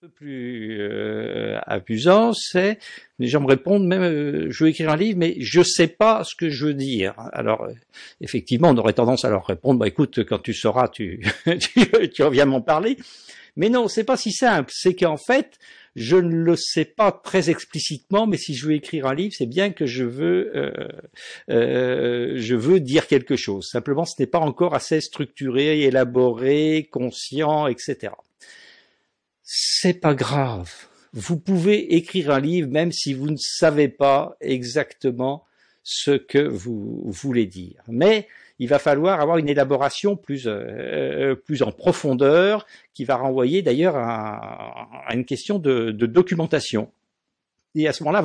peu plus amusant, c'est les gens me répondent même je veux écrire un livre mais je sais pas ce que je veux dire. Alors effectivement on aurait tendance à leur répondre bah écoute quand tu sauras tu reviens m'en parler. Mais non, c'est pas si simple, c'est qu'en fait je ne le sais pas très explicitement, mais si je veux écrire un livre, c'est bien que je veux dire quelque chose. Simplement, ce n'est pas encore assez structuré, élaboré, conscient, etc. C'est pas grave. Vous pouvez écrire un livre même si vous ne savez pas exactement ce que vous voulez dire. Mais il va falloir avoir une élaboration plus en profondeur qui va renvoyer d'ailleurs à une question de documentation. Et à ce moment-là,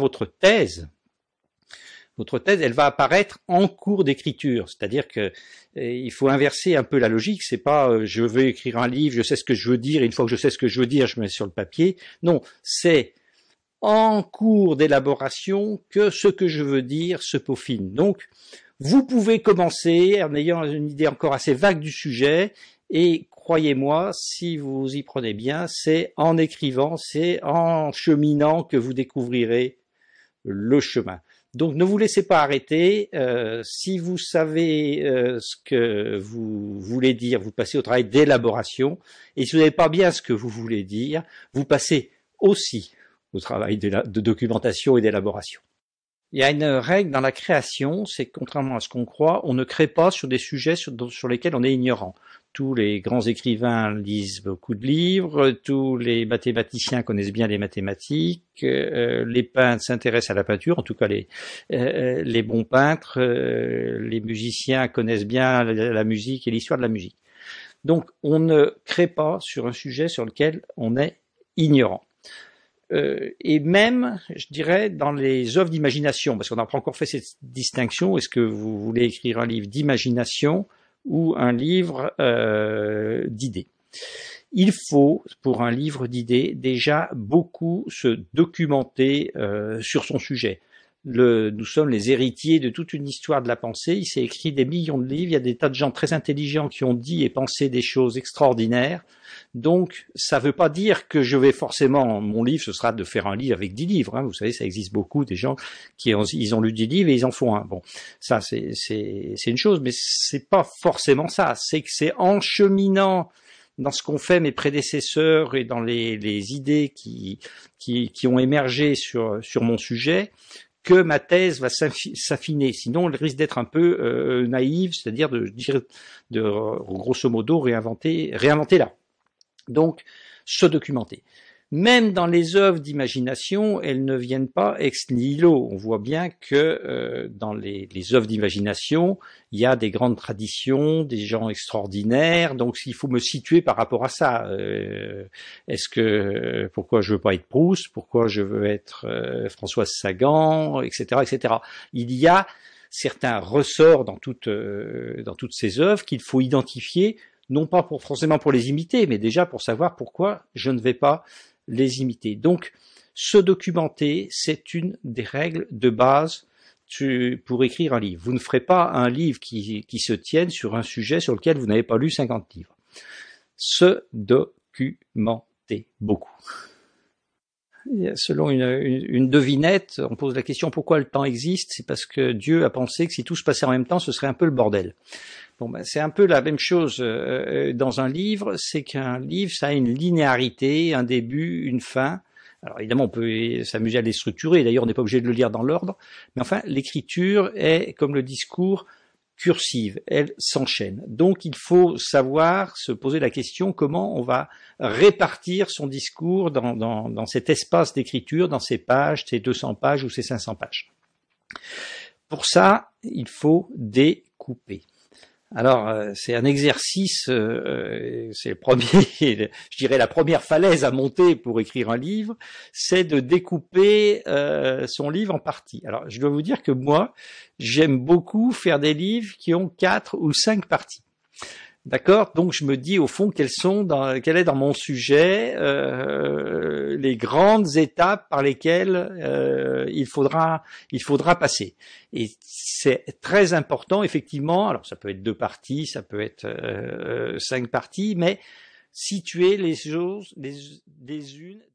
votre thèse, elle va apparaître en cours d'écriture, c'est-à-dire que il faut inverser un peu la logique. C'est pas je veux écrire un livre, je sais ce que je veux dire, et une fois que je sais ce que je veux dire, je mets sur le papier. Non, c'est en cours d'élaboration que ce que je veux dire se peaufine. Donc, vous pouvez commencer en ayant une idée encore assez vague du sujet, et croyez-moi, si vous y prenez bien, c'est en écrivant, c'est en cheminant que vous découvrirez le chemin. Donc ne vous laissez pas arrêter. Si vous savez ce que vous voulez dire, vous passez au travail d'élaboration. Et si vous n'avez pas bien ce que vous voulez dire, vous passez aussi au travail de documentation et d'élaboration. Il y a une règle dans la création, c'est que contrairement à ce qu'on croit, on ne crée pas sur des sujets sur lesquels on est ignorant. Tous les grands écrivains lisent beaucoup de livres, tous les mathématiciens connaissent bien les mathématiques, les peintres s'intéressent à la peinture, en tout cas les bons peintres, les musiciens connaissent bien la musique et l'histoire de la musique. Donc on ne crée pas sur un sujet sur lequel on est ignorant. Et même, je dirais, dans les œuvres d'imagination, parce qu'on n'a pas encore fait cette distinction, est-ce que vous voulez écrire un livre d'imagination ou un livre d'idées? Il faut, pour un livre d'idées, déjà beaucoup se documenter sur son sujet. Nous sommes les héritiers de toute une histoire de la pensée. Il s'est écrit des millions de livres. Il y a des tas de gens très intelligents qui ont dit et pensé des choses extraordinaires. Donc, ça ne veut pas dire que je vais forcément, mon livre, ce sera de faire un livre avec 10 livres. Hein. Vous savez, ça existe beaucoup, des gens ils ont lu 10 livres et ils en font un. Bon, ça, c'est une chose, mais c'est pas forcément ça. C'est que c'est en cheminant dans ce qu'ont fait mes prédécesseurs et dans les idées qui ont émergé sur mon sujet, que ma thèse va s'affiner. Sinon, elle risque d'être un peu naïve, c'est-à-dire de grosso modo réinventer là. Donc, se documenter. Même dans les œuvres d'imagination, elles ne viennent pas ex nihilo. On voit bien que dans les œuvres d'imagination, il y a des grandes traditions, des gens extraordinaires. Donc, il faut me situer par rapport à ça. Pourquoi je veux pas être Proust? Pourquoi je veux être Françoise Sagan, etc., etc. Il y a certains ressorts dans toutes ces œuvres qu'il faut identifier, non pas forcément pour les imiter, mais déjà pour savoir pourquoi je ne vais pas les imiter. Donc, se documenter, c'est une des règles de base pour écrire un livre. Vous ne ferez pas un livre qui se tienne sur un sujet sur lequel vous n'avez pas lu 50 livres. Se documenter beaucoup. Selon une devinette, on pose la question pourquoi le temps existe. C'est parce que Dieu a pensé que si tout se passait en même temps, ce serait un peu le bordel. Bon, ben, c'est un peu la même chose dans un livre, c'est qu'un livre, ça a une linéarité, un début, une fin. Alors évidemment, on peut s'amuser à les structurer, d'ailleurs on n'est pas obligé de le lire dans l'ordre, mais enfin, l'écriture est, comme le discours, cursive, elle s'enchaîne. Donc il faut savoir se poser la question comment on va répartir son discours dans cet espace d'écriture, dans ces pages, ces 200 pages ou ces 500 pages. Pour ça, il faut découper. Alors, c'est un exercice, c'est le premier, je dirais la première falaise à monter pour écrire un livre, c'est de découper son livre en parties. Alors, je dois vous dire que moi, j'aime beaucoup faire des livres qui ont 4 ou 5 parties. D'accord? Donc je me dis au fond quelle est dans mon sujet les grandes étapes par lesquelles il faudra passer. Et c'est très important effectivement. Alors ça peut être 2 parties, ça peut être 5 parties, mais situer les choses les unes